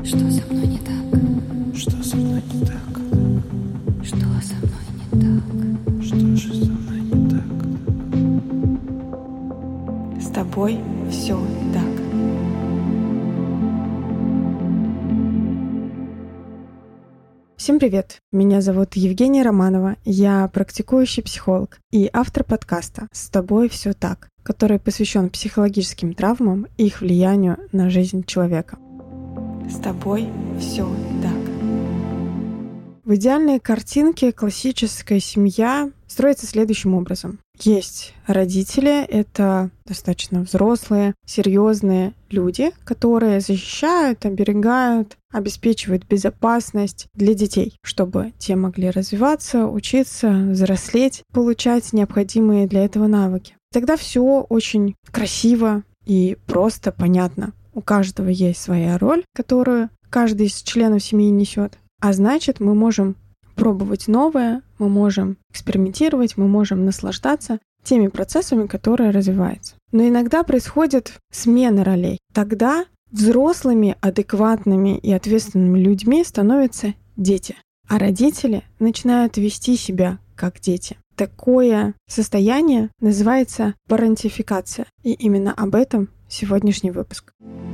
Что со мной не так? Что со мной не так? Что со мной не так? Что же со мной не так? С тобой все так. Всем привет! Меня зовут Евгения Романова, я практикующий психолог и автор подкаста «С тобой все так», который посвящен психологическим травмам и их влиянию на жизнь человека. С тобой все так. В идеальной картинке классическая семья строится следующим образом. Есть родители, это достаточно взрослые, серьезные люди, которые защищают, оберегают, обеспечивают безопасность для детей, чтобы те могли развиваться, учиться, взрослеть, получать необходимые для этого навыки. Тогда все очень красиво и просто понятно. У каждого есть своя роль, которую каждый из членов семьи несет. А значит, мы можем пробовать новое, мы можем экспериментировать, мы можем наслаждаться теми процессами, которые развиваются. Но иногда происходит смена ролей. Тогда взрослыми, адекватными и ответственными людьми становятся дети, а родители начинают вести себя как дети. Такое состояние называется парентификация. И именно об этом сегодняшний выпуск.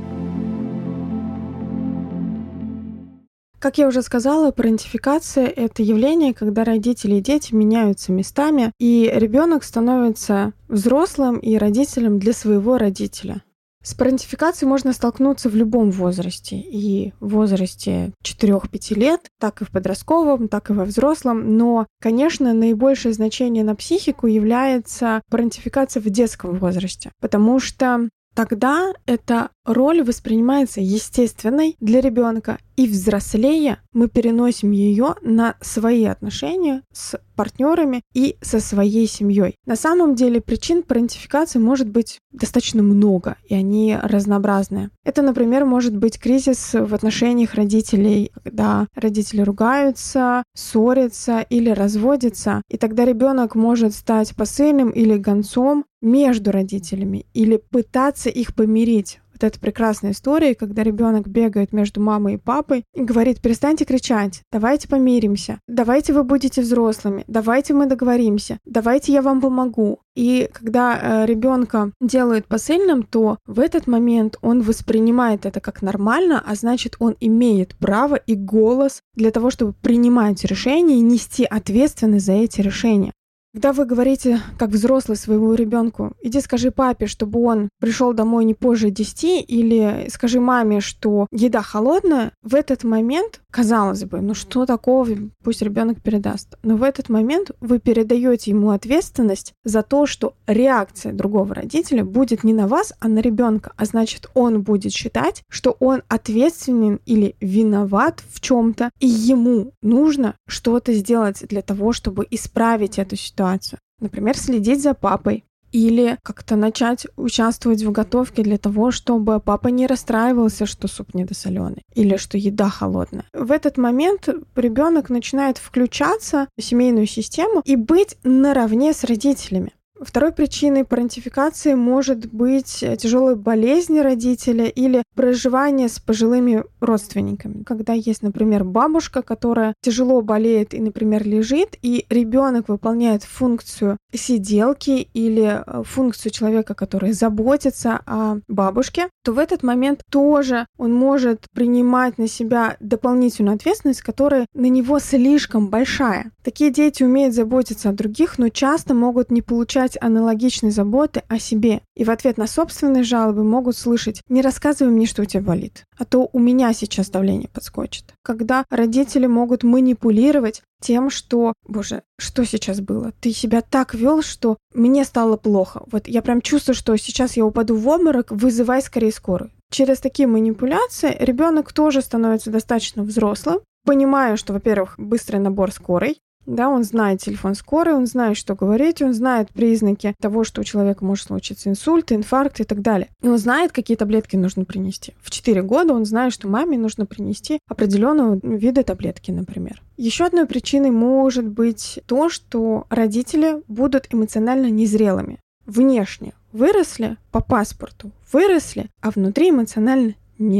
Как я уже сказала, парентификация — это явление, когда родители и дети меняются местами, и ребенок становится взрослым и родителем для своего родителя. С парентификацией можно столкнуться в любом возрасте, и в возрасте 4-5 лет, так и в подростковом, так и во взрослом, но, конечно, наибольшее значение на психику является парентификация в детском возрасте, потому что тогда эта роль воспринимается естественной для ребенка, и взрослея мы переносим ее на свои отношения с партнерами и со своей семьей. На самом деле причин парентификации может быть достаточно много, и они разнообразные. Это, например, может быть кризис в отношениях родителей, когда родители ругаются, ссорятся или разводятся, и тогда ребенок может стать посыльным или гонцом между родителями или пытаться их помирить. Вот это прекрасная история, когда ребенок бегает между мамой и папой и говорит: перестаньте кричать, давайте помиримся, давайте вы будете взрослыми, давайте мы договоримся, давайте я вам помогу. И когда ребенка делают посыльным, то в этот момент он воспринимает это как нормально, а значит, он имеет право и голос для того, чтобы принимать решения и нести ответственность за эти решения. Когда вы говорите, как взрослый своему ребенку: иди скажи папе, чтобы он пришел домой не позже 10, или скажи маме, что еда холодная, в этот момент, казалось бы, ну что такого, пусть ребенок передаст. Но в этот момент вы передаете ему ответственность за то, что реакция другого родителя будет не на вас, а на ребенка. А значит, он будет считать, что он ответственен или виноват в чем-то, и ему нужно что-то сделать для того, чтобы исправить эту ситуацию. Например, следить за папой или как-то начать участвовать в готовке для того, чтобы папа не расстраивался, что суп недосоленый или что еда холодная. В этот момент ребенок начинает включаться в семейную систему и быть наравне с родителями. Второй причиной парентификации может быть тяжелая болезнь родителя или проживание с пожилыми родственниками. Когда есть, например, бабушка, которая тяжело болеет и, например, лежит, и ребенок выполняет функцию сиделки или функцию человека, который заботится о бабушке, то в этот момент тоже он может принимать на себя дополнительную ответственность, которая на него слишком большая. Такие дети умеют заботиться о других, но часто могут не получать аналогичной заботы о себе. И в ответ на собственные жалобы могут слышать: не рассказывай мне, что у тебя болит, а то у меня сейчас давление подскочит. Когда родители могут манипулировать тем, что: боже, что сейчас было? Ты себя так вел, что мне стало плохо. Вот я прям чувствую, что сейчас я упаду в обморок, вызывай скорее скорую. Через такие манипуляции ребенок тоже становится достаточно взрослым, понимая, что, во-первых, быстрый набор скорой, да, он знает телефон скорой, он знает, что говорить, он знает признаки того, что у человека может случиться инсульт, инфаркт и так далее. И он знает, какие таблетки нужно принести. В 4 года он знает, что маме нужно принести определенного вида таблетки, например. Еще одной причиной может быть то, что родители будут эмоционально незрелыми. Внешне выросли, по паспорту выросли, а внутри эмоционально нет.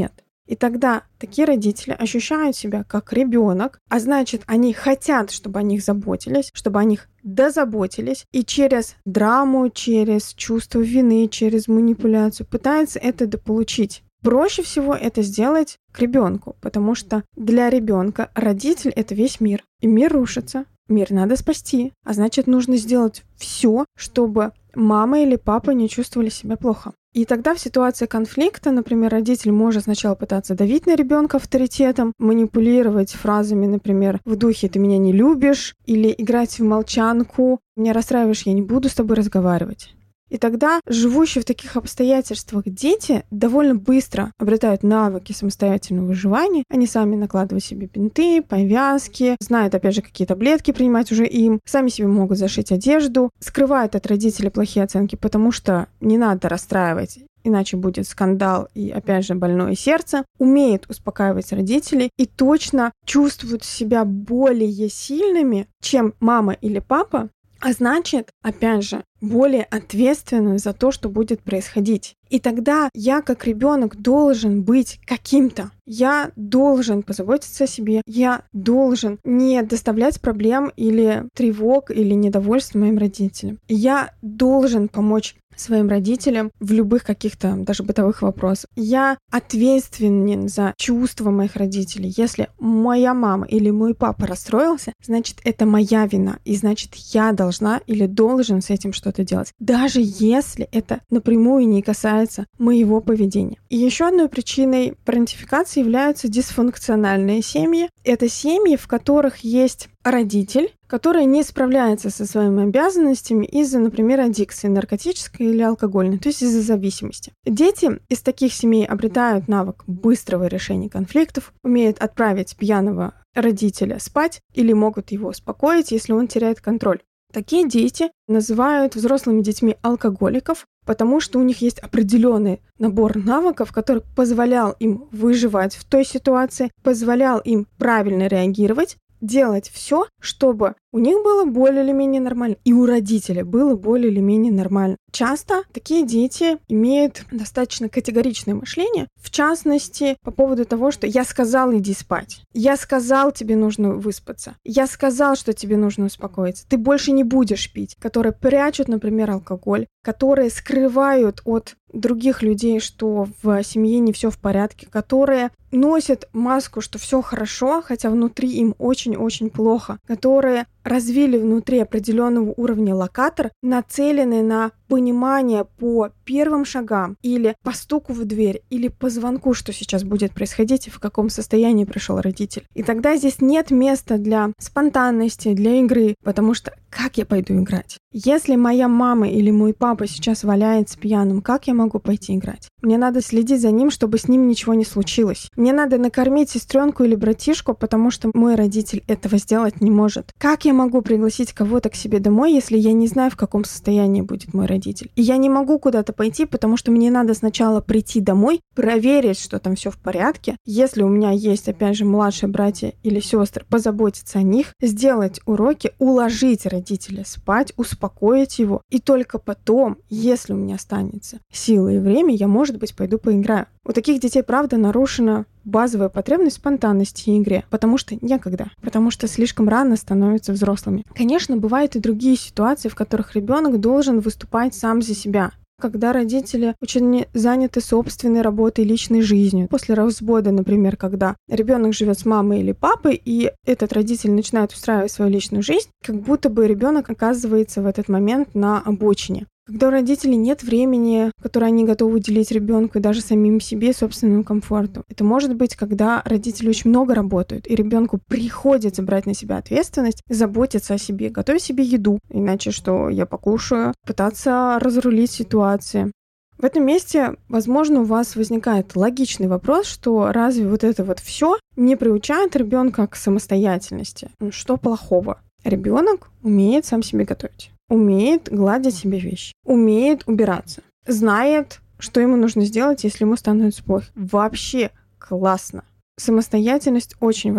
И тогда такие родители ощущают себя как ребенок, а значит, они хотят, чтобы о них заботились, чтобы о них дозаботились, и через драму, через чувство вины, через манипуляцию пытаются это дополучить. Проще всего это сделать к ребенку, потому что для ребенка родитель — это весь мир. И мир рушится, мир надо спасти, а значит, нужно сделать все, чтобы мама или папа не чувствовали себя плохо. И тогда в ситуации конфликта, например, родитель может сначала пытаться давить на ребенка авторитетом, манипулировать фразами, например, в духе «ты меня не любишь» или играть в молчанку «меня расстраиваешь, я не буду с тобой разговаривать». И тогда живущие в таких обстоятельствах дети довольно быстро обретают навыки самостоятельного выживания. Они сами накладывают себе бинты, повязки, знают, опять же, какие таблетки принимать уже им, сами себе могут зашить одежду, скрывают от родителей плохие оценки, потому что не надо расстраивать, иначе будет скандал и, опять же, больное сердце, умеют успокаивать родителей и точно чувствуют себя более сильными, чем мама или папа, а значит, опять же, более ответственны за то, что будет происходить. И тогда я, как ребенок, должен быть каким-то. Я должен позаботиться о себе. Я должен не доставлять проблем или тревог, или недовольств моим родителям. Я должен помочь своим родителям в любых каких-то даже бытовых вопросах. Я ответственен за чувства моих родителей. Если моя мама или мой папа расстроился, значит, это моя вина. И значит, я должна или должен с этим что-то делать. Даже если это напрямую не касается моего поведения. И еще одной причиной парентификации являются дисфункциональные семьи. Это семьи, в которых есть родитель, который не справляется со своими обязанностями из-за, например, аддикции наркотической или алкогольной, то есть из-за зависимости. Дети из таких семей обретают навык быстрого решения конфликтов, умеют отправить пьяного родителя спать или могут его успокоить, если он теряет контроль. Такие дети называют взрослыми детьми алкоголиков, потому что у них есть определенный набор навыков, который позволял им выживать в той ситуации, позволял им правильно реагировать, делать все, чтобы у них было более или менее нормально, и у родителей было более или менее нормально. Часто такие дети имеют достаточно категоричное мышление, в частности, по поводу того, что «я сказал, иди спать», «я сказал, тебе нужно выспаться», «я сказал, что тебе нужно успокоиться», «ты больше не будешь пить», которые прячут, например, алкоголь, которые скрывают от других людей, что в семье не все в порядке, которые носят маску, что все хорошо, хотя внутри им очень-очень плохо, которые развили внутри определенного уровня локатор, нацеленный на понимание по первым шагам или по стуку в дверь, или по звонку, что сейчас будет происходить и в каком состоянии пришел родитель. И тогда здесь нет места для спонтанности, для игры, потому что как я пойду играть? Если моя мама или мой папа сейчас валяется пьяным, как я могу пойти играть? Мне надо следить за ним, чтобы с ним ничего не случилось. Мне надо накормить сестренку или братишку, потому что мой родитель этого сделать не может. Как я могу пригласить кого-то к себе домой, если я не знаю, в каком состоянии будет мой родитель? И я не могу куда-то пойти, потому что мне надо сначала прийти домой, проверить, что там все в порядке. Если у меня есть, опять же, младшие братья или сестры, позаботиться о них, сделать уроки, уложить родителя спать, успокоить его. И только потом, если у меня останется сила и время, я, может быть, пойду поиграю. У таких детей, правда, нарушена базовая потребность в спонтанности и игре, потому что некогда, потому что слишком рано становятся взрослыми. Конечно, бывают и другие ситуации, в которых ребенок должен выступать сам за себя. Когда родители очень заняты собственной работой, личной жизнью. После развода, например, когда ребенок живет с мамой или папой, и этот родитель начинает устраивать свою личную жизнь, как будто бы ребенок оказывается в этот момент на обочине. Когда у родителей нет времени, которое они готовы уделить ребенку и даже самим себе, собственному комфорту. Это может быть, когда родители очень много работают, и ребенку приходится брать на себя ответственность, заботиться о себе, готовить себе еду. Иначе что я покушаю, пытаться разрулить ситуации. В этом месте, возможно, у вас возникает логичный вопрос, что разве вот это вот все не приучает ребенка к самостоятельности? Что плохого? Ребенок умеет сам себе готовить. Умеет гладить себе вещи, умеет убираться, знает, что ему нужно сделать, если ему становится плохо. Вообще классно. Самостоятельность очень важна.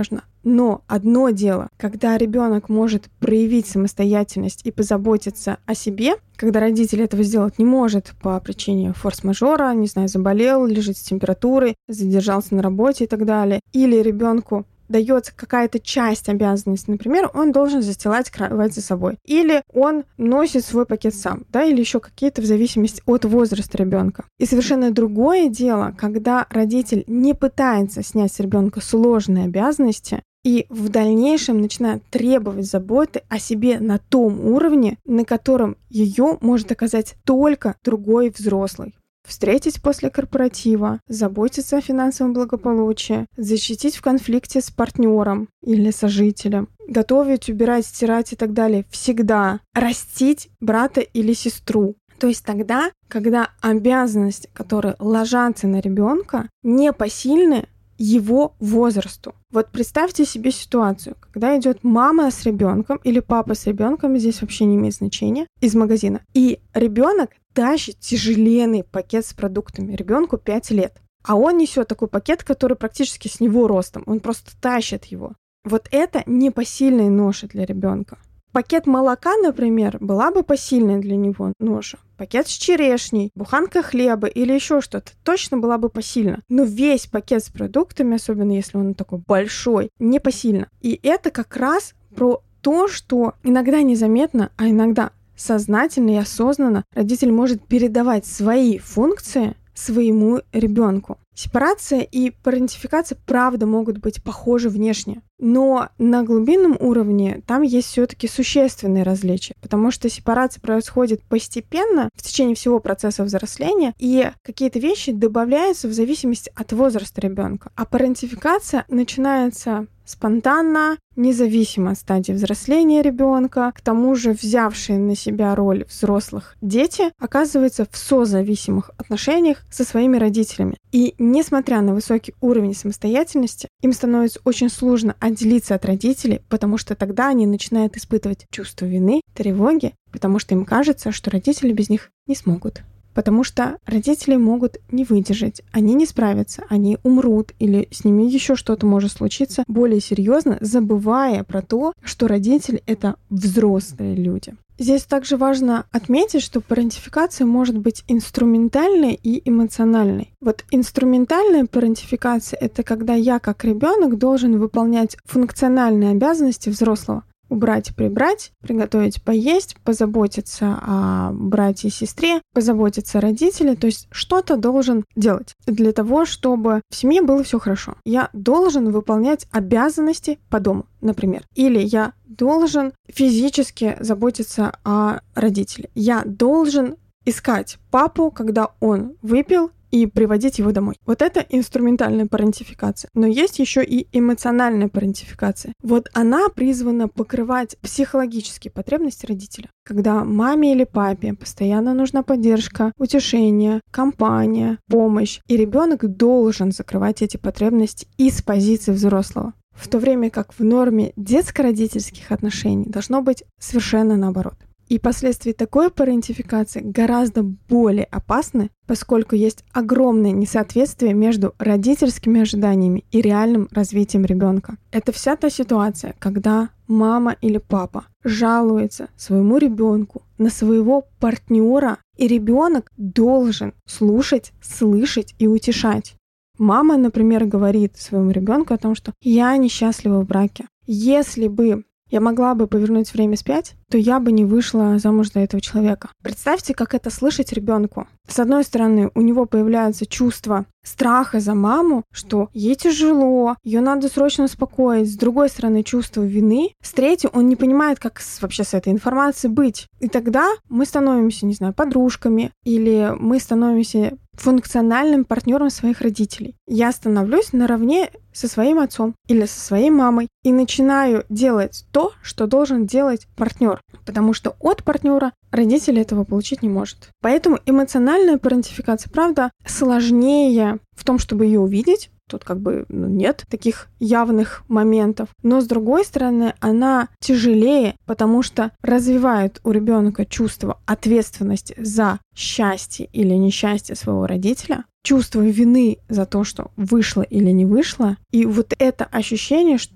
Но одно дело, когда ребенок может проявить самостоятельность и позаботиться о себе, когда родитель этого сделать не может по причине форс-мажора, не знаю, заболел, лежит с температурой, задержался на работе и так далее, или ребенку дается какая-то часть обязанностей, например, он должен застилать кровать за собой, или он носит свой пакет сам, да, или еще какие-то в зависимости от возраста ребенка. И совершенно другое дело, когда родитель не пытается снять с ребенка сложные обязанности и в дальнейшем начинает требовать заботы о себе на том уровне, на котором ее может оказать только другой взрослый. Встретить после корпоратива, заботиться о финансовом благополучии, защитить в конфликте с партнером или сожителем, готовить, убирать, стирать и так далее. Всегда растить брата или сестру. То есть тогда, когда обязанности, которые ложатся на ребенка, непосильны его возрасту. Вот представьте себе ситуацию, когда идет мама с ребенком или папа с ребенком, здесь вообще не имеет значения, из магазина, и ребенок тащит тяжеленный пакет с продуктами. Ребенку 5 лет. А он несет такой пакет, который практически с него ростом. Он просто тащит его. Вот это непосильная ноша для ребенка. Пакет молока, например, была бы посильной для него ноша. Пакет с черешней, буханка хлеба или еще что-то точно была бы посильна. Но весь пакет с продуктами, особенно если он такой большой, не посильно. И это как раз про то, что иногда незаметно, а иногда сознательно и осознанно родитель может передавать свои функции своему ребенку. Сепарация и парентификация, правда, могут быть похожи внешне, но на глубинном уровне там есть все-таки существенные различия, потому что сепарация происходит постепенно в течение всего процесса взросления, и какие-то вещи добавляются в зависимости от возраста ребенка, а парентификация начинается спонтанно, независимо от стадии взросления ребенка. К тому же взявшие на себя роль взрослых дети оказываются в созависимых отношениях со своими родителями. И несмотря на высокий уровень самостоятельности, им становится очень сложно отделиться от родителей, потому что тогда они начинают испытывать чувство вины, тревоги, потому что им кажется, что родители без них не смогут. Потому что родители могут не выдержать, они не справятся, они умрут или с ними еще что-то может случиться более серьезно, забывая про то, что родители — это взрослые люди. Здесь также важно отметить, что парентификация может быть инструментальной и эмоциональной. Вот инструментальная парентификация — это когда я как ребенок должен выполнять функциональные обязанности взрослого. Убрать и прибрать, приготовить поесть, позаботиться о брате и сестре, позаботиться о родителе, то есть что-то должен делать для того, чтобы в семье было все хорошо. Я должен выполнять обязанности по дому, например. Или я должен физически заботиться о родителе. Я должен искать папу, когда он выпил, и приводить его домой. Вот это инструментальная парентификация. Но есть еще и эмоциональная парентификация. Вот она призвана покрывать психологические потребности родителя. Когда маме или папе постоянно нужна поддержка, утешение, компания, помощь, и ребенок должен закрывать эти потребности из позиции взрослого. В то время как в норме детско-родительских отношений должно быть совершенно наоборот. И последствия такой парентификации гораздо более опасны, поскольку есть огромное несоответствие между родительскими ожиданиями и реальным развитием ребенка. Это вся та ситуация, когда мама или папа жалуется своему ребенку на своего партнера, и ребенок должен слушать, слышать и утешать. Мама, например, говорит своему ребенку о том, что «я несчастлива в браке. Если бы я могла бы повернуть время вспять, то я бы не вышла замуж за этого человека». Представьте, как это слышать ребенку. С одной стороны, у него появляется чувство страха за маму, что ей тяжело, ее надо срочно успокоить. С другой стороны, чувство вины. С третьей, он не понимает, как вообще с этой информацией быть. И тогда мы становимся, не знаю, подружками, или мы становимся функциональным партнером своих родителей. Я становлюсь наравне со своим отцом или со своей мамой и начинаю делать то, что должен делать партнер, потому что от партнера родитель этого получить не может. Поэтому эмоциональная парентификация, правда, сложнее в том, чтобы ее увидеть. Тут нет таких явных моментов. Но с другой стороны, она тяжелее, потому что развивает у ребенка чувство ответственности за счастье или несчастье своего родителя, чувство вины за то, что вышло или не вышло. И вот это ощущение, что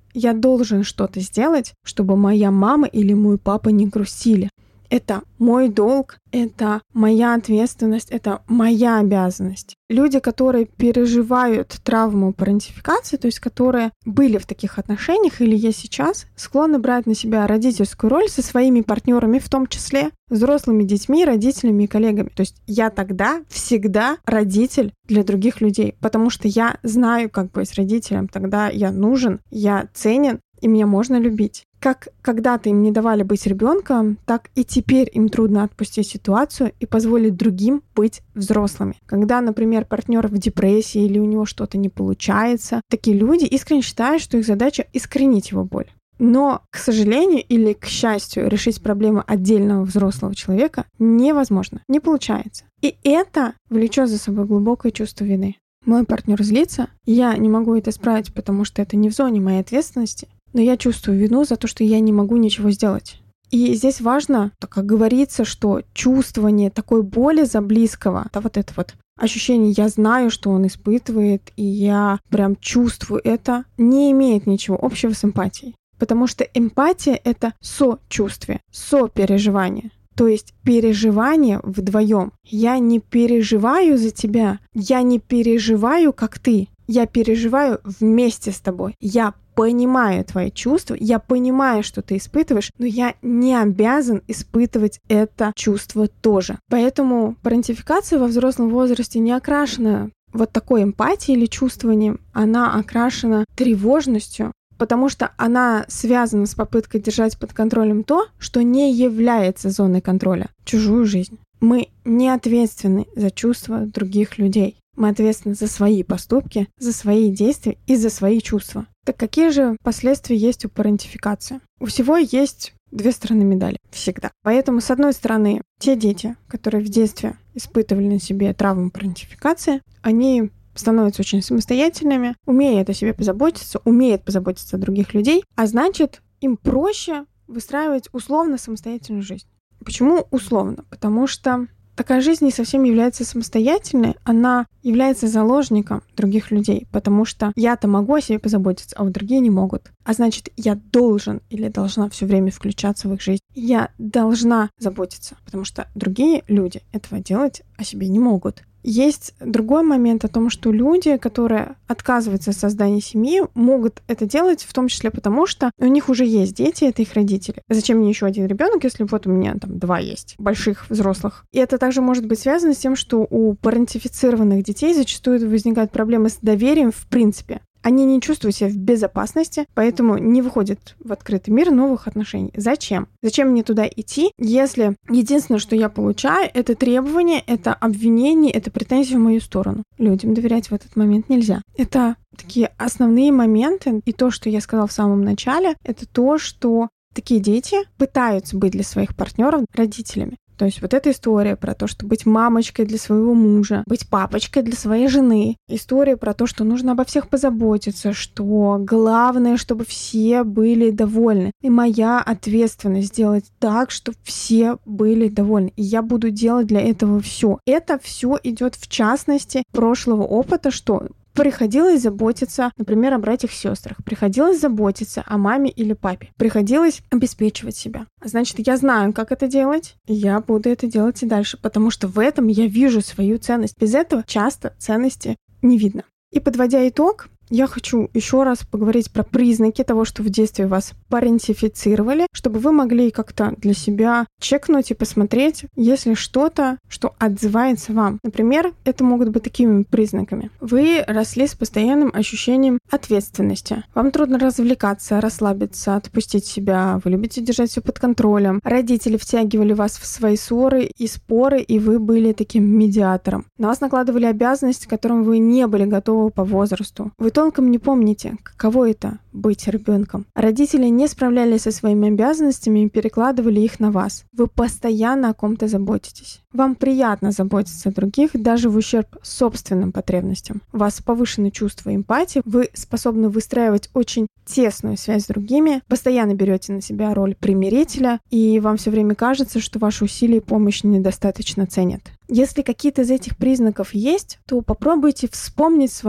я должен что-то сделать, чтобы моя мама или мой папа не грустили. Это мой долг, это моя ответственность, это моя обязанность. Люди, которые переживают травму парентификации, то есть которые были в таких отношениях или есть сейчас, склонны брать на себя родительскую роль со своими партнерами, в том числе взрослыми детьми, родителями и коллегами. То есть я тогда всегда родитель для других людей, потому что я знаю, как быть родителем, тогда я нужен, я ценен, и меня можно любить. Как когда-то им не давали быть ребенком, так и теперь им трудно отпустить ситуацию и позволить другим быть взрослыми. Когда, например, партнер в депрессии или у него что-то не получается, такие люди искренне считают, что их задача искоренить его боль. Но, к сожалению или к счастью, решить проблему отдельного взрослого человека невозможно, не получается. И это влечет за собой глубокое чувство вины. Мой партнер злится, я не могу это исправить, потому что это не в зоне моей ответственности, но я чувствую вину за то, что я не могу ничего сделать. И здесь важно, так как говорится, что чувствование такой боли за близкого, да, вот это вот ощущение «я знаю, что он испытывает, и я прям чувствую это», не имеет ничего общего с эмпатией. Потому что эмпатия — это сочувствие, сопереживание. То есть переживание вдвоем. Я не переживаю за тебя, я не переживаю, как ты. Я переживаю вместе с тобой. Я понимаю твои чувства, я понимаю, что ты испытываешь, но я не обязан испытывать это чувство тоже. Поэтому парентификация во взрослом возрасте не окрашена вот такой эмпатией или чувствованием, она окрашена тревожностью, потому что она связана с попыткой держать под контролем то, что не является зоной контроля, чужую жизнь. Мы не ответственны за чувства других людей. Мы ответственны за свои поступки, за свои действия и за свои чувства. Так какие же последствия есть у парентификации? У всего есть две стороны медали. Всегда. Поэтому, с одной стороны, те дети, которые в детстве испытывали на себе травму парентификации, они становятся очень самостоятельными, умеют о себе позаботиться, умеют позаботиться о других людей, а значит, им проще выстраивать условно самостоятельную жизнь. Почему условно? Потому что такая жизнь не совсем является самостоятельной, она является заложником других людей, потому что я-то могу о себе позаботиться, а вот другие не могут. А значит, я должен или должна все время включаться в их жизнь. Я должна заботиться, потому что другие люди этого делать о себе не могут. Есть другой момент о том, что люди, которые отказываются от создания семьи, могут это делать в том числе потому, что у них уже есть дети, это их родители. Зачем мне еще один ребенок, если вот у меня там 2 есть, больших взрослых? И это также может быть связано с тем, что у парентифицированных детей зачастую возникают проблемы с доверием в принципе. Они не чувствуют себя в безопасности, поэтому не выходят в открытый мир новых отношений. Зачем? Зачем мне туда идти, если единственное, что я получаю, это требования, это обвинения, это претензии в мою сторону? Людям доверять в этот момент нельзя. Это такие основные моменты. И то, что я сказала в самом начале, это то, что такие дети пытаются быть для своих партнеров родителями. То есть вот эта история про то, что быть мамочкой для своего мужа, быть папочкой для своей жены. История про то, что нужно обо всех позаботиться, что главное, чтобы все были довольны. И моя ответственность сделать так, чтобы все были довольны. И я буду делать для этого все. Это все идет в частности прошлого опыта, что приходилось заботиться, например, о братьях-сестрах. Приходилось заботиться о маме или папе. Приходилось обеспечивать себя. Значит, я знаю, как это делать, и я буду это делать и дальше, потому что в этом я вижу свою ценность. Без этого часто ценности не видно. И подводя итог, я хочу еще раз поговорить про признаки того, что в детстве вас парентифицировали, чтобы вы могли как-то для себя чекнуть и посмотреть, есть ли что-то, что отзывается вам. Например, это могут быть такими признаками. Вы росли с постоянным ощущением ответственности. Вам трудно развлекаться, расслабиться, отпустить себя. Вы любите держать все под контролем. Родители втягивали вас в свои ссоры и споры, и вы были таким медиатором. На вас накладывали обязанности, к которым вы не были готовы по возрасту. Вы толком не помните, каково это — быть ребенком. Родители не справлялись со своими обязанностями и перекладывали их на вас. Вы постоянно о ком-то заботитесь. Вам приятно заботиться о других, даже в ущерб собственным потребностям. У вас повышенное чувство эмпатии, вы способны выстраивать очень тесную связь с другими, постоянно берете на себя роль примирителя, и вам все время кажется, что ваши усилия и помощь недостаточно ценят. Если какие-то из этих признаков есть, то попробуйте вспомнить свое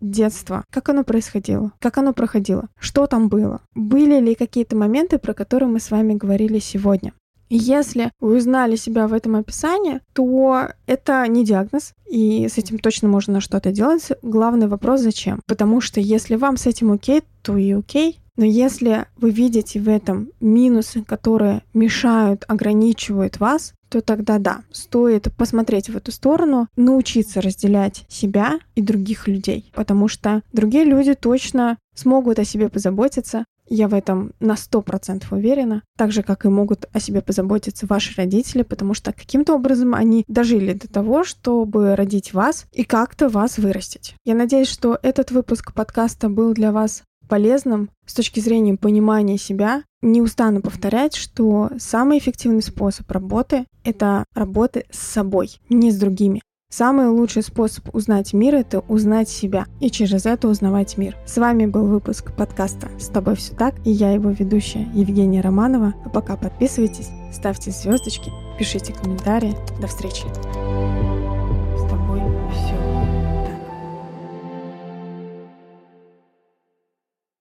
детство, как оно происходило, как оно проходило, что там было, были ли какие-то моменты, про которые мы с вами говорили сегодня. Если вы узнали себя в этом описании, то это не диагноз, и с этим точно можно что-то делать. Главный вопрос — зачем? Потому что если вам с этим окей, то и окей. Но если вы видите в этом минусы, которые мешают, ограничивают вас, то тогда да, стоит посмотреть в эту сторону, научиться разделять себя и других людей, потому что другие люди точно смогут о себе позаботиться. Я в этом на 100% уверена, так же, как и могут о себе позаботиться ваши родители, потому что каким-то образом они дожили до того, чтобы родить вас и как-то вас вырастить. Я надеюсь, что этот выпуск подкаста был для вас полезным с точки зрения понимания себя. Не устану повторять, что самый эффективный способ работы — это работа с собой, не с другими. Самый лучший способ узнать мир — это узнать себя и через это узнавать мир. С вами был выпуск подкаста «С тобой все так» и я, его ведущая Евгения Романова. А пока подписывайтесь, ставьте звездочки, пишите комментарии. До встречи!